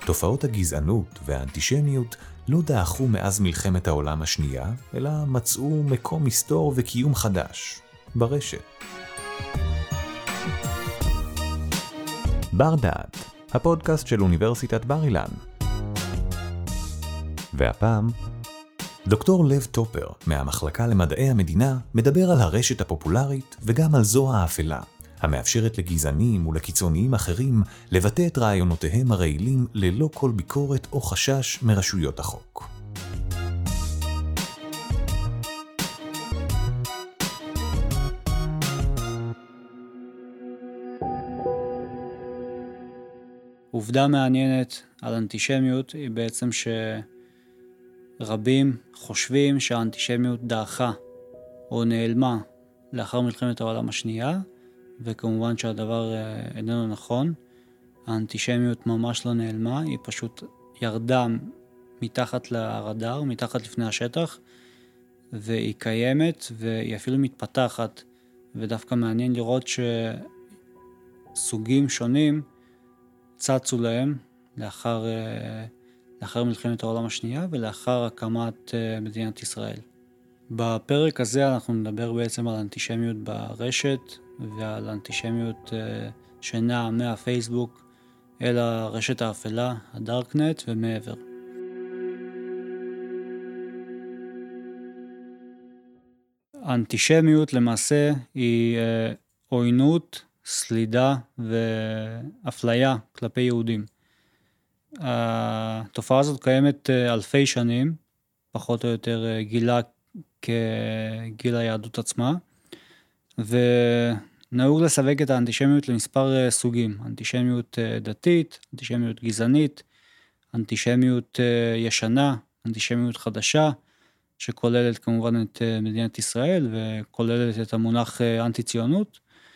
תופעות הגזענות והאנטישמיות לא דעכו מאז מלחמת העולם השנייה, אלא מצאו מקום מסתור וקיום חדש, ברשת. בר דעת, הפודקאסט של אוניברסיטת בר אילן. והפעם, דוקטור לב טופר מהמחלקה למדעי המדינה מדבר על הרשת הפופולרית וגם על זו האפלה, המאפשרת לגזענים ולקיצוניים אחרים לבטא את רעיונותיהם הרעילים ללא כל ביקורת או חשש מרשויות החוק. עובדה מעניינת על אנטישמיות היא בעצם שרבים חושבים שהאנטישמיות דעכה או נעלמה לאחר מלחמת העולם השנייה, וכמובן שהדבר איננו נכון. האנטישמיות ממש לא נעלמה, היא פשוט ירדה מתחת לרדאר, מתחת לפני השטח, והיא קיימת והיא אפילו מתפתחת, ודווקא מעניין לראות שסוגים שונים צצו להם לאחר מלחמת העולם השנייה ולאחר הקמת מדינת ישראל. בפרק הזה אנחנו נדבר בעצם על אנטישמיות ברשת ועל אנטישמיות שנעה מהפייסבוק אל הרשת האפלה, הדארקנט ומעבר. האנטישמיות למעשה היא עוינות, סלידה ואפליה כלפי יהודים. התופעה הזאת קיימת אלפי שנים, פחות או יותר גילה כגיל היהדות עצמה, ונהוג לסווג את האנטישמיות למספר סוגים: אנטישמיות דתית, אנטישמיות גזענית, אנטישמיות ישנה, אנטישמיות חדשה, שכוללת כמובן את מדינת ישראל וכוללת את המונח אנטי-ציונות.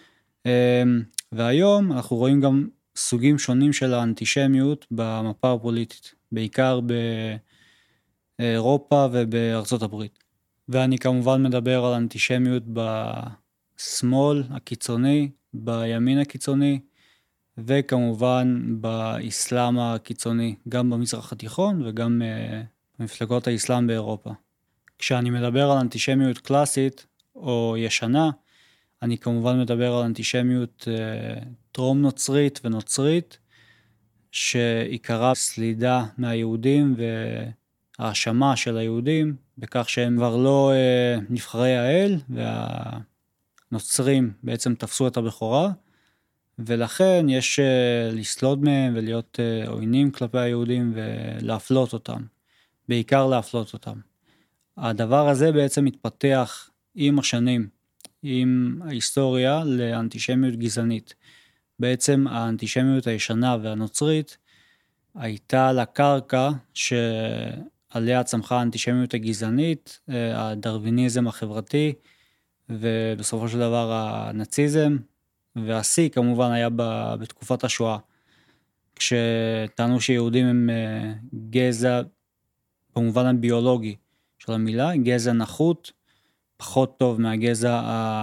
והיום אנחנו רואים גם סוגים שונים של האנטישמיות במפה הפוליטית, בעיקר באירופה ובארצות הברית. ואני כמובן מדבר על אנטישמיות בשמאל הקיצוני, בימין הקיצוני, וכמובן באסלאם הקיצוני, גם במזרח התיכון וגם במפלגות האסלאם באירופה. כשאני מדבר על אנטישמיות קלאסית או ישנה, אני כמובן מדבר על אנטישמיות טרום נוצרית ונוצרית, שעיקרה סלידה מהיהודים והאשמה של היהודים, בכך שהם כבר לא נבחרי האל, והנוצרים בעצם תפסו את הבכורה, ולכן יש לסלוד מהם ולהיות עוינים כלפי היהודים ולהפלות אותם, בעיקר להפלות אותם. הדבר הזה בעצם מתפתח עם השנים, עם ההיסטוריה, לאנטישמיות גזענית. בעצם האנטישמיות הישנה והנוצרית הייתה לקרקע שעליה צמחה האנטישמיות הגזענית, הדרוויניזם החברתי, ובסופו של דבר הנאציזם, והשיא כמובן היה בתקופת השואה, כשטענו שיהודים הם גזע במובן הביולוגי של המילה, גזע נחות, פחות טוב מהגזע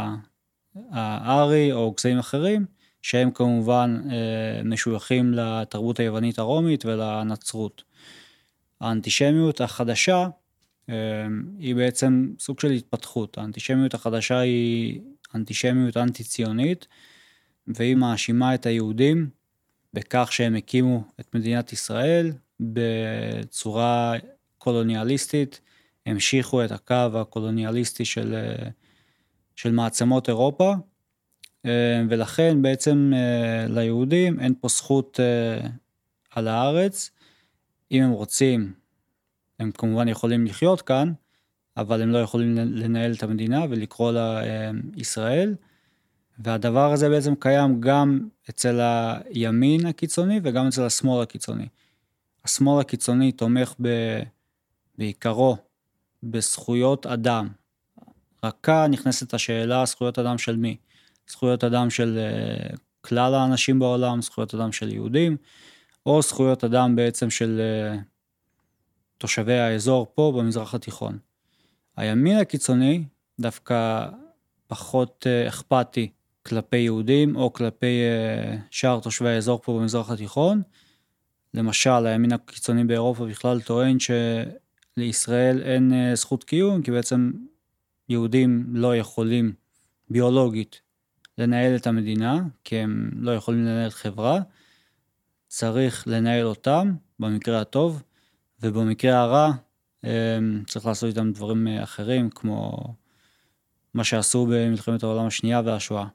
הארי או גזעים אחרים, שהם כמובן משויכים לתרבות היוונית הרומית ולנצרות. האנטישמיות החדשה היא בעצם סוג של התפתחות. האנטישמיות החדשה היא אנטישמיות אנטי-ציונית, והיא מאשימה את היהודים בכך שהם הקימו את מדינת ישראל בצורה קולוניאליסטית, המשיכו את הקו הקולוניאליסטי של מעצמות אירופה, ולכן בעצם ליהודים אין פה זכות על הארץ. אם הם רוצים, הם כמובן יכולים לחיות כאן, אבל הם לא יכולים לנהל את המדינה ולקרוא לה ישראל, והדבר הזה בעצם קיים גם אצל הימין הקיצוני וגם אצל השמאל הקיצוני. השמאל הקיצוני תומך בעיקרו בזכויות אדם. רק כאן נכנסת השאלה, זכויות אדם של מי? זכויות אדם של כלל האנשים בעולם, זכויות אדם של יהודים, או זכויות אדם בעצם של תושבי האזור פה במזרח התיכון. הימין הקיצוני דווקא פחות אכפתי כלפי יהודים או כלפי שאר תושבי האזור פה במזרח התיכון. למשל, הימין הקיצוני באירופה בכלל טוען שלישראל אין זכות קיום, כי בעצם יהודים לא יכולים ביולוגית לנהל את המדינה, כי הם לא יכולים לנהל חברה, צריך לנהל אותם במקרה הטוב, ובמקרה הרע צריך לעשות איתם דברים אחרים, כמו מה שעשו במלחמת העולם השנייה והשואה.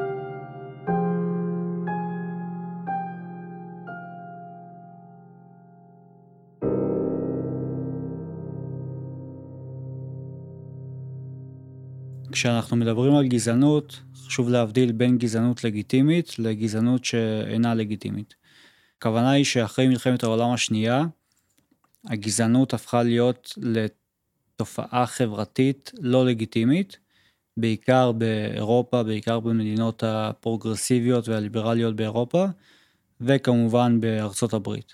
כשאנחנו מדברים על גזענות, חשוב להבדיל בין גזענות לגיטימית לגזענות שאינה לגיטימית. הכוונה היא שאחרי מלחמת העולם השנייה, הגזענות הפכה להיות לתופעה חברתית לא לגיטימית, בעיקר באירופה, בעיקר במדינות הפרוגרסיביות והליברליות באירופה, וכמובן בארצות הברית.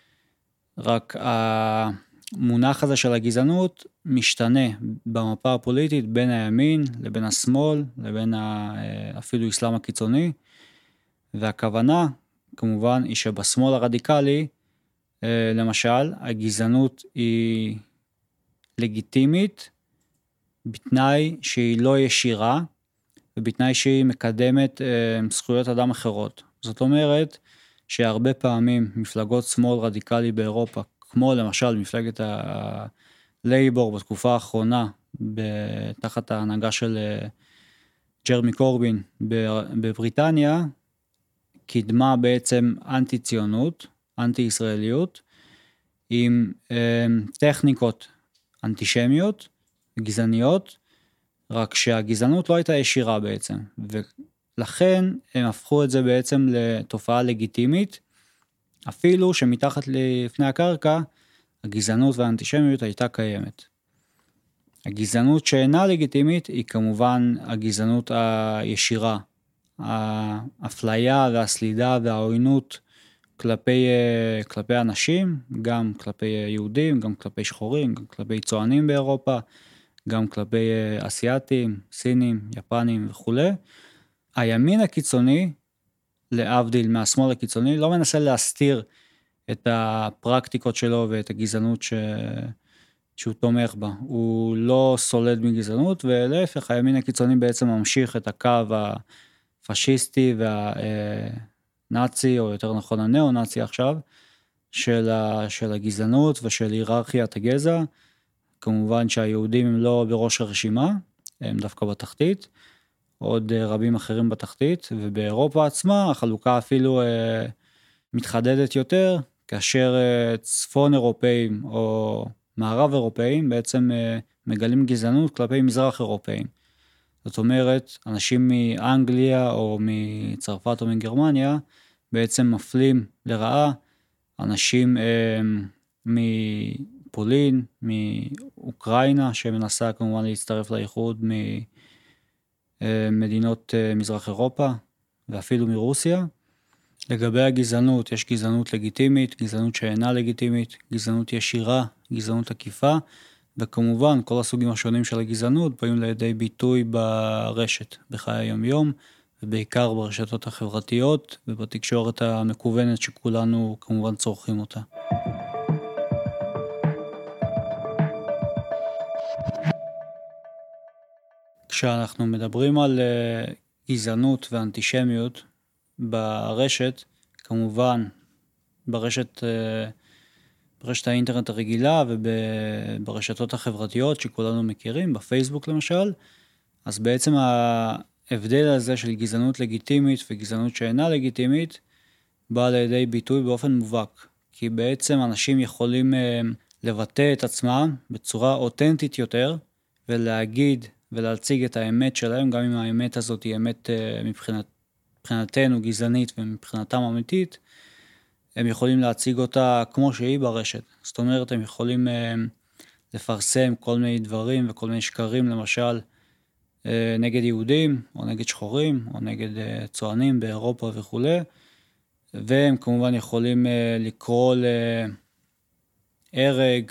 רק המונח הזה של הגזענות משתנה במפה הפוליטית בין הימין לבין השמאל, לבין אפילו אסלאם הקיצוני, והכוונה כמובן היא שבשמאל הרדיקלי, למשל, הגזענות היא לגיטימית, בתנאי שהיא לא ישירה, ובתנאי שהיא מקדמת זכויות אדם אחרות. זאת אומרת, שהרבה פעמים מפלגות שמאל רדיקלי באירופה, כמו למשל מפלגת הלייבור בתקופה האחרונה, תחת ההנהגה של ג'רמי קורבין בבריטניה, קידמה בעצם אנטי ציונות, אנטי ישראליות, עם טכניקות אנטישמיות, גזעניות, רק שהגזענות לא הייתה ישירה בעצם, ולכן הם הפכו את זה בעצם לתופעה לגיטימית, אפילו שמתחת לפני הקרקע, הגזענות והאנטישמיות הייתה קיימת. הגזענות שאינה לגיטימית היא כמובן הגזענות הישירה, האפליה והסלידה והעוינות כלפי אנשים, גם כלפי יהודים, גם כלפי שחורים, גם כלפי צוענים באירופה, גם כלפי אסיאטים, סינים, יפנים וכו'. הימין הקיצוני, להבדיל מהשמאל הקיצוני, לא מנסה להסתיר את הפרקטיקות שלו ואת הגזענות שהוא תומך בה. הוא לא סולד מגזענות, ולהפך, הימין הקיצוני בעצם ממשיך את הקו הפשיסטי והנאצי, או יותר נכון הנאו-נאצי עכשיו, של הגזענות ושל היררכיית הגזע. כמובן שהיהודים הם לא בראש הרשימה, הם דווקא בתחתית, עוד רבים אחרים בתחתית, ובאירופה עצמה החלוקה אפילו מתחדדת יותר, כאשר צפון אירופאים או מערב אירופאים בעצם מגלים גזענות כלפי מזרח אירופאים. זאת אומרת, אנשים מאנגליה או מצרפת או מגרמניה בעצם מפלים לרעה אנשים מפולין, מאוקראינה, שמנסה כמובן להצטרף לאיחוד ממדינות מזרח אירופה, ואפילו מרוסיה. לגבי הגזענות, יש גזענות לגיטימית, גזענות שאינה לגיטימית, גזענות ישירה, גזענות עקיפה, וכמובן כל הסוגים השונים של הגזענות באים לידי ביטוי ברשת, בחיי היום-יום, ובעיקר ברשתות החברתיות ובתקשורת המקוונת שכולנו כמובן צורכים אותה. כשאנחנו מדברים על גזענות ואנטישמיות ברשת, כמובן ברשת האינטרנט הרגילה וברשתות החברתיות שכולנו מכירים, בפייסבוק למשל, אז בעצם ההבדל הזה של גזענות לגיטימית וגזענות שאינה לגיטימית, בא לידי ביטוי באופן מובהק, כי בעצם אנשים יכולים לבטא את עצמם בצורה אותנטית יותר, ולהגיד ולהציג את האמת שלהם, גם אם האמת הזאת היא אמת מבחינתנו גזענית ומבחינתם אמיתית, הם יכולים להציג אותה כמו שהיא ברשת. זאת אומרת, הם יכולים לפרסם כל מיני דברים וכל מיני שקרים, למשל, נגד יהודים, או נגד שחורים, או נגד צוענים באירופה וכו'. והם כמובן יכולים לקרוא להרג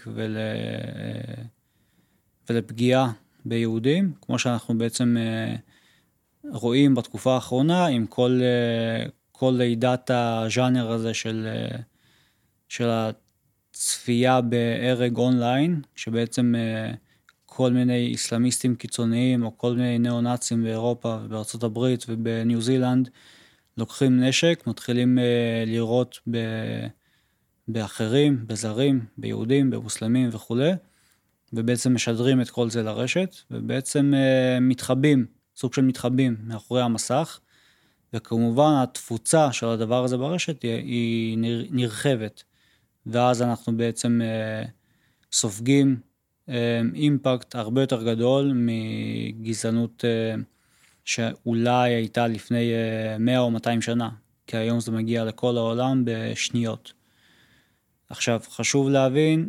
ולפגיעה ביהודים, כמו שאנחנו בעצם רואים בתקופה האחרונה, עם כל לידת הז'אנר הזה של הצפייה בהרג אונליין, שבעצם כל מיני איסלאמיסטים קיצוניים, או כל מיני ניאו-נאצים באירופה ובארצות הברית ובניו זילנד, לוקחים נשק, מתחילים לירות באחרים, בזרים, ביהודים, במוסלמים וכו', ובעצם משדרים את כל זה לרשת, ובעצם מתחבים, סוג של מתחבים מאחורי המסך, וכמובן התפוצה של הדבר הזה ברשת היא נרחבת, ואז אנחנו בעצם סופגים אימפקט הרבה יותר גדול מגזענות שאולי הייתה לפני 100 או 200 שנה, כי היום זה מגיע לכל העולם בשניות. עכשיו, חשוב להבין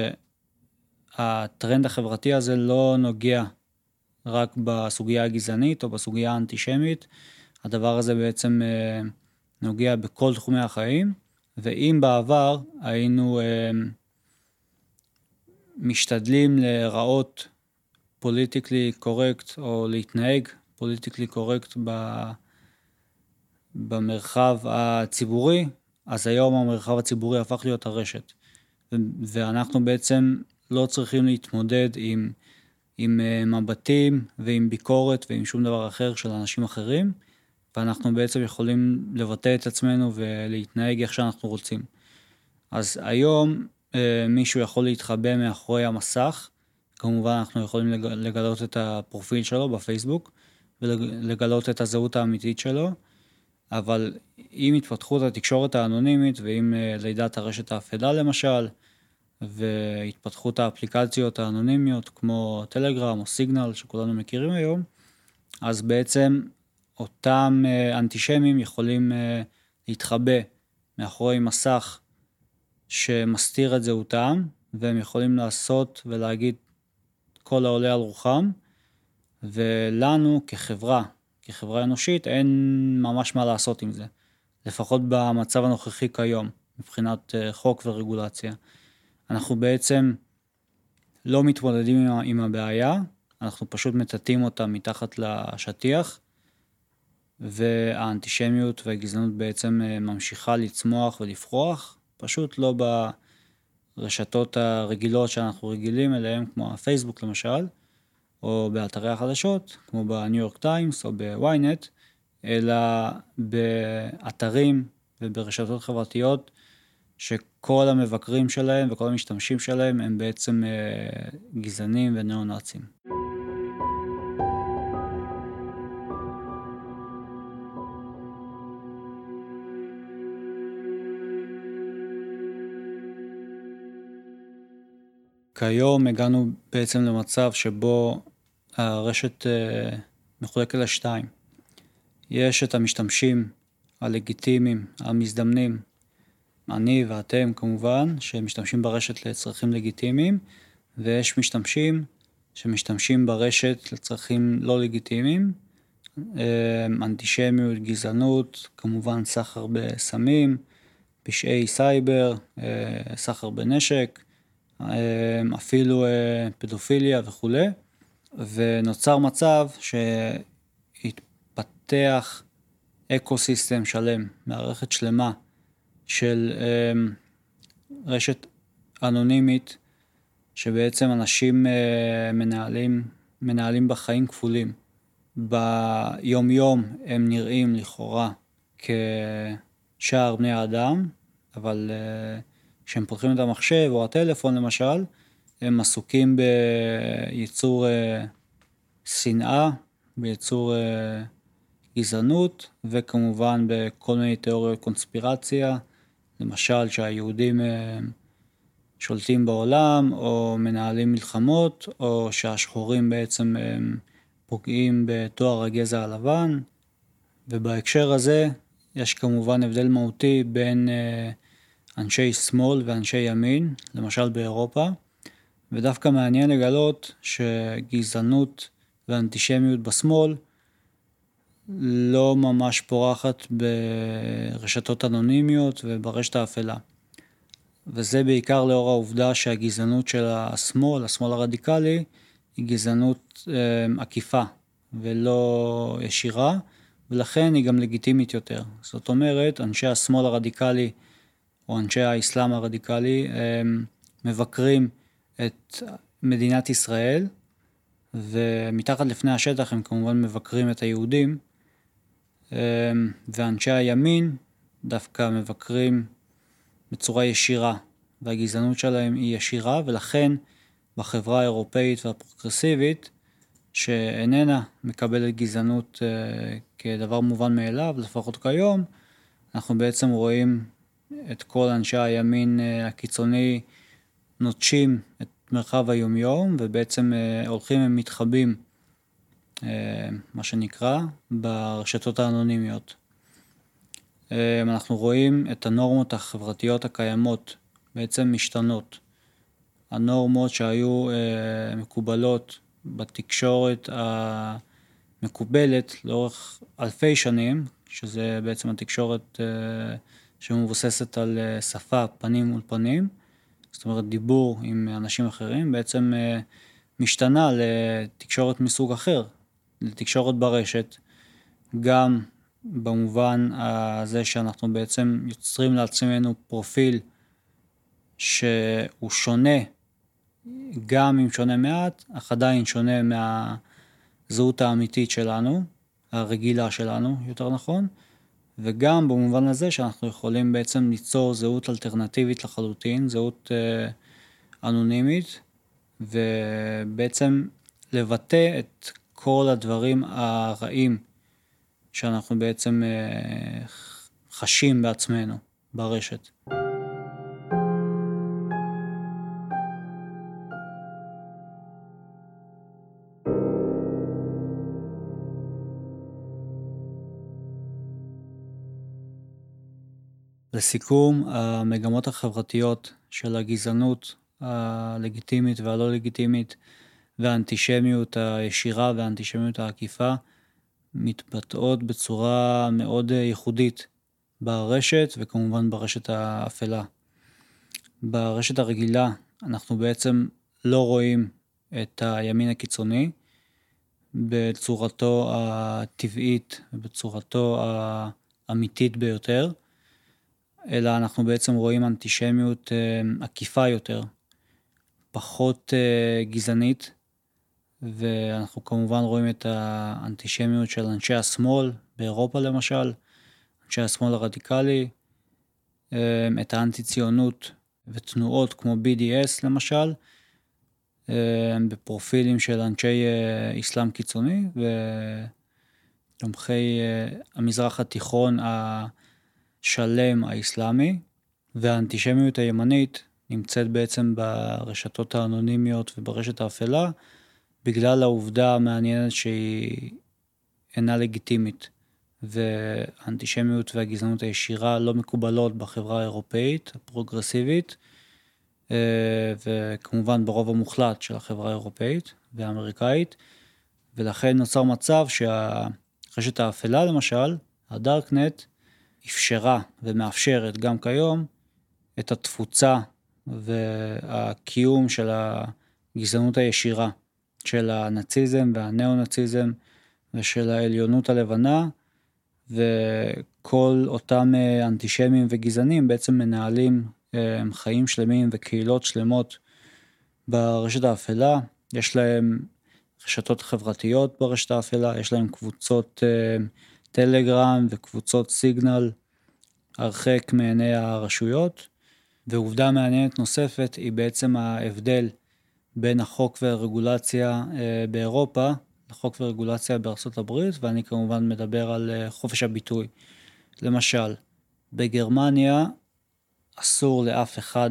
שהטרנד החברתי הזה לא נוגע רק בסוגיה הגזענית או בסוגיה האנטישמית, הדבר הזה בעצם נוגע בכל תחומי החיים, ואם בעבר היינו משתדלים להיראות פוליטיקלי קורקט או להתנהג פוליטיקלי קורקט במרחב הציבורי, אז היום המרחב הציבורי הפך להיות הרשת. ואנחנו בעצם לא צריכים להתמודד עם מבטים ועם ביקורת ועם שום דבר אחר של אנשים אחרים, ואנחנו בעצם יכולים לבטא את עצמנו ולהתנהג איך שאנחנו רוצים. אז היום מישהו יכול להתחבא מאחורי המסך, כמובן אנחנו יכולים לגלות את הפרופיל שלו בפייסבוק, ולגלות את הזהות האמיתית שלו, אבל עם התפתחות התקשורת האנונימית, ועם לידת הרשת האפלה למשל, והתפתחות האפליקציות האנונימיות, כמו טלגרם או סיגנל שכולנו מכירים היום, אז בעצם אותם אנטישמים יכולים להתחבא מאחורי מסך שמסתיר את זהותם, והם יכולים לעשות ולהגיד כל העולה על רוחם, ולנו כחברה אנושית, אין ממש מה לעשות עם זה. לפחות במצב הנוכחי כיום, מבחינת חוק ורגולציה. אנחנו בעצם לא מתמודדים עם הבעיה, אנחנו פשוט מטאטאים אותה מתחת לשטיח, והאנטישמיות והגזענות בעצם ממשיכה לצמוח ולפרוח, פשוט לא ברשתות הרגילות שאנחנו רגילים אליהם, כמו הפייסבוק למשל, או באתרי החדשות, כמו בניו יורק טיימס או בוויינט, אלא באתרים וברשתות חברתיות, שכל המבקרים שלהם וכל המשתמשים שלהם הם בעצם גזענים וניאו-נאצים. כיום הגענו בעצם למצב שבו הרשת מחולקת לשתיים. יש את המשתמשים הלגיטימיים, המזדמנים, אני ואתם כמובן, שמשתמשים ברשת לצרכים לגיטימיים, ויש משתמשים שמשתמשים ברשת לצרכים לא לגיטימיים, אנטישמיות, גזענות, כמובן סחר בסמים, פשעי סייבר, סחר בנשק, אפילו פדופיליה וכו'. ונוצר מצב שהתפתח אקוסיסטם שלם, מערכת שלמה של רשת אנונימית, שבעצם אנשים מנהלים בחיים כפולים. ביום יום הם נראים לכאורה כשאר בני האדם, אבל כשהם פותחים את המחשב או הטלפון למשל, הם עסוקים בייצור שנאה, בייצור גזענות, וכמובן בכל מיני תיאוריות קונספירציה, למשל שהיהודים שולטים בעולם, או מנהלים מלחמות, או שהשחורים בעצם פוגעים בתואר הגזע הלבן, ובהקשר הזה יש כמובן הבדל מהותי בין אנשי שמאל ואנשי ימין, למשל באירופה, ודווקא מעניין לגלות שגזענות ואנטישמיות בשמאל לא ממש פורחת ברשתות אנונימיות וברשת האפלה. וזה בעיקר לאור העובדה שהגזענות של השמאל הרדיקלי, היא גזענות עקיפה ולא ישירה, ולכן היא גם לגיטימית יותר. זאת אומרת, אנשי השמאל הרדיקלי או אנשי האסלאם הרדיקלי, מבקרים את מדינת ישראל, ומתחת לפני השטח הם כמובן מבקרים את היהודים, ואנשי הימין דווקא מבקרים בצורה ישירה, והגזענות שלהם היא ישירה, ולכן בחברה האירופאית והפרוגרסיבית, שאיננה מקבלת גזענות כדבר מובן מאליו, לפחות כיום, אנחנו בעצם רואים את כל אנשי הימין הקיצוני נוטשים את מרחב היומיום, ובעצם הולכים ומתחבים, מה שנקרא, ברשתות האנונימיות. אנחנו רואים את הנורמות החברתיות הקיימות בעצם משתנות. הנורמות שהיו מקובלות בתקשורת המקובלת לאורך אלפי שנים, שזה בעצם התקשורת שמבוססת על שפה פנים מול פנים, זאת אומרת דיבור עם אנשים אחרים, בעצם משתנה לתקשורת מסוג אחר, לתקשורת ברשת, גם במובן הזה שאנחנו בעצם יוצרים לעצמנו פרופיל שהוא שונה, גם אם שונה מעט, אך עדיין שונה מהזהות האמיתית שלנו, הרגילה שלנו, יותר נכון, וגם במובן הזה שאנחנו יכולים בעצם ליצור זהות אלטרנטיבית לחלוטין, זהות אנונימית, ובעצם לבטא את כל הדברים הרעים שאנחנו בעצם חשים בעצמנו ברשת. לסיכום, המגמות החברתיות של הגזענות הלגיטימית והלא לגיטימית, והאנטישמיות הישירה והאנטישמיות העקיפה, מתבטאות בצורה מאוד ייחודית ברשת, וכמובן ברשת האפלה. ברשת הרגילה אנחנו בעצם לא רואים את הימין הקיצוני בצורתו הטבעית ובצורתו האמיתית ביותר, אלא אנחנו בעצם רואים אנטישמיות עקיפה יותר, פחות גזענית, ואנחנו כמובן רואים את האנטישמיות של אנשי השמאל, באירופה למשל, אנשי השמאל הרדיקלי, את האנטי-ציונות ותנועות כמו BDS למשל, בפרופילים של אנשי אסלאם קיצוני, ותומכי המזרח התיכון השלם האסלאמי, והאנטישמיות הימנית נמצאת בעצם ברשתות האנונימיות וברשת האפלה, בגלל העובדה המעניינת שהיא אינה לגיטימית, והאנטישמיות והגזענות הישירה לא מקובלות בחברה האירופאית, הפרוגרסיבית, וכמובן ברוב המוחלט של החברה האירופאית והאמריקאית, ולכן נוצר מצב שהרשת האפלה למשל, הדארקנט, אפשרה ומאפשרת גם כיום את התפוצה והקיום של הגזענות הישירה, של הנאציזם והנאו-נאציזם ושל העליונות הלבנה, וכל אותם אנטישמים וגזענים בעצם מנהלים חיים שלמים וקהילות שלמות ברשת האפלה. יש להם רשתות חברתיות ברשת האפלה, יש להם קבוצות טלגרם וקבוצות סיגנל הרחק מעיני הרשויות, ועובדה מעניינת נוספת היא בעצם ההבדל בין החוק והרגולציה באירופה לחוק ורגולציה בארצות הברית, ואני כמובן מדבר על חופש הביטוי. למשל, בגרמניה אסור לאף אחד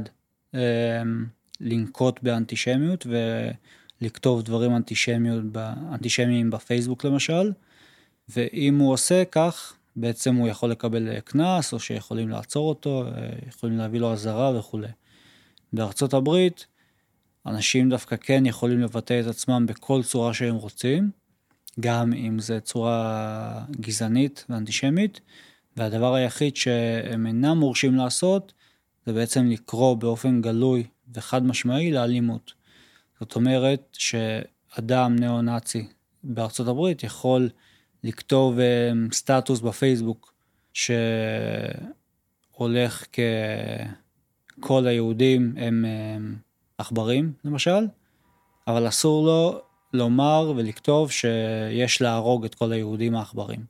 לנקוט באנטישמיות ולכתוב דברים אנטישמיים בפייסבוק למשל, ואם הוא עושה כך, בעצם הוא יכול לקבל קנס, או שיכולים לעצור אותו, יכולים להביא לו עזרה וכו'. בארצות הברית, אנשים דווקא כן יכולים לבטא את עצמם בכל צורה שהם רוצים, גם אם זה צורה גזענית ואנטישמית, והדבר היחיד שהם אינם מורשים לעשות, זה בעצם לקרוא באופן גלוי וחד משמעי לאלימות. זאת אומרת שאדם נאו-נאצי בארצות הברית יכול לכתוב סטטוס בפייסבוק, שהולך הולך כל היהודים הם עכברים, למשל, אבל אסור לו לומר ולכתוב שיש להרוג את כל היהודים העכברים.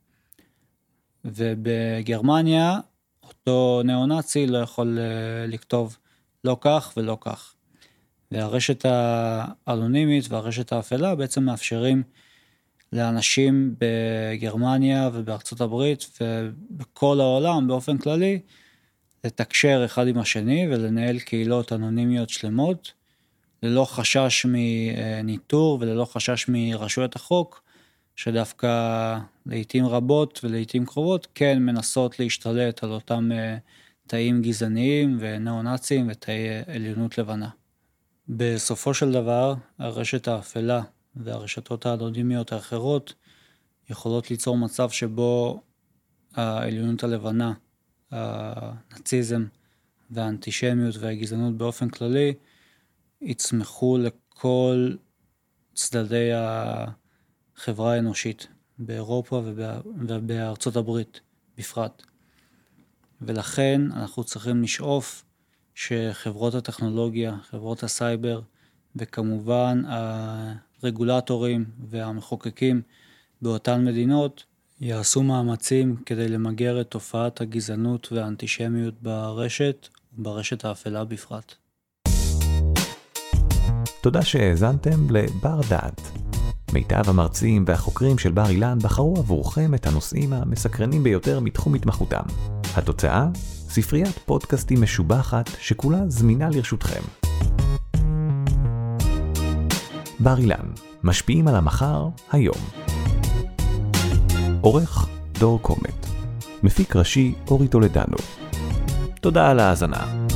ובגרמניה, אותו ניאו-נאצי לא יכול לכתוב לא כך ולא כך. והרשת האנונימית והרשת האפלה בעצם מאפשרים לאנשים בגרמניה ובארצות הברית ובכל העולם באופן כללי, לתקשר אחד עם השני ולנהל קהילות אנונימיות שלמות, ללא חשש מניטור וללא חשש מרשויות החוק, שדווקא לעתים רבות ולעתים קרובות כן מנסות להשתלט על אותם תאים גזעניים ונאו-נאצים ותאי עליונות לבנה. בסופו של דבר, הרשת האפלה והרשתות האנונימיות האחרות יכולות ליצור מצב שבו העליונות הלבנה, הנאציזם והאנטישמיות והגזענות באופן כללי, יצמחו לכל צדדי החברה האנושית, באירופה ובארצות הברית בפרט. ולכן אנחנו צריכים לשאוף שחברות הטכנולוגיה, חברות הסייבר, וכמובן הרגולטורים והמחוקקים באותן מדינות, יעשו מאמצים כדי למגר את תופעת הגזענות והאנטישמיות ברשת, וברשת האפלה בפרט. תודה שהאזנתם לבר דעת. מיטב המרצים והחוקרים של בר אילן בחרו עבורכם את הנושאים המסקרנים ביותר מתחום התמחותם. התוצאה? ספריית פודקאסטים משובחת שכולה זמינה לרשותכם. בר אילן, משפיעים על המחר היום. עורך דור קומט. מפיק ראשי אורי טולדנו. תודה על ההאזנה.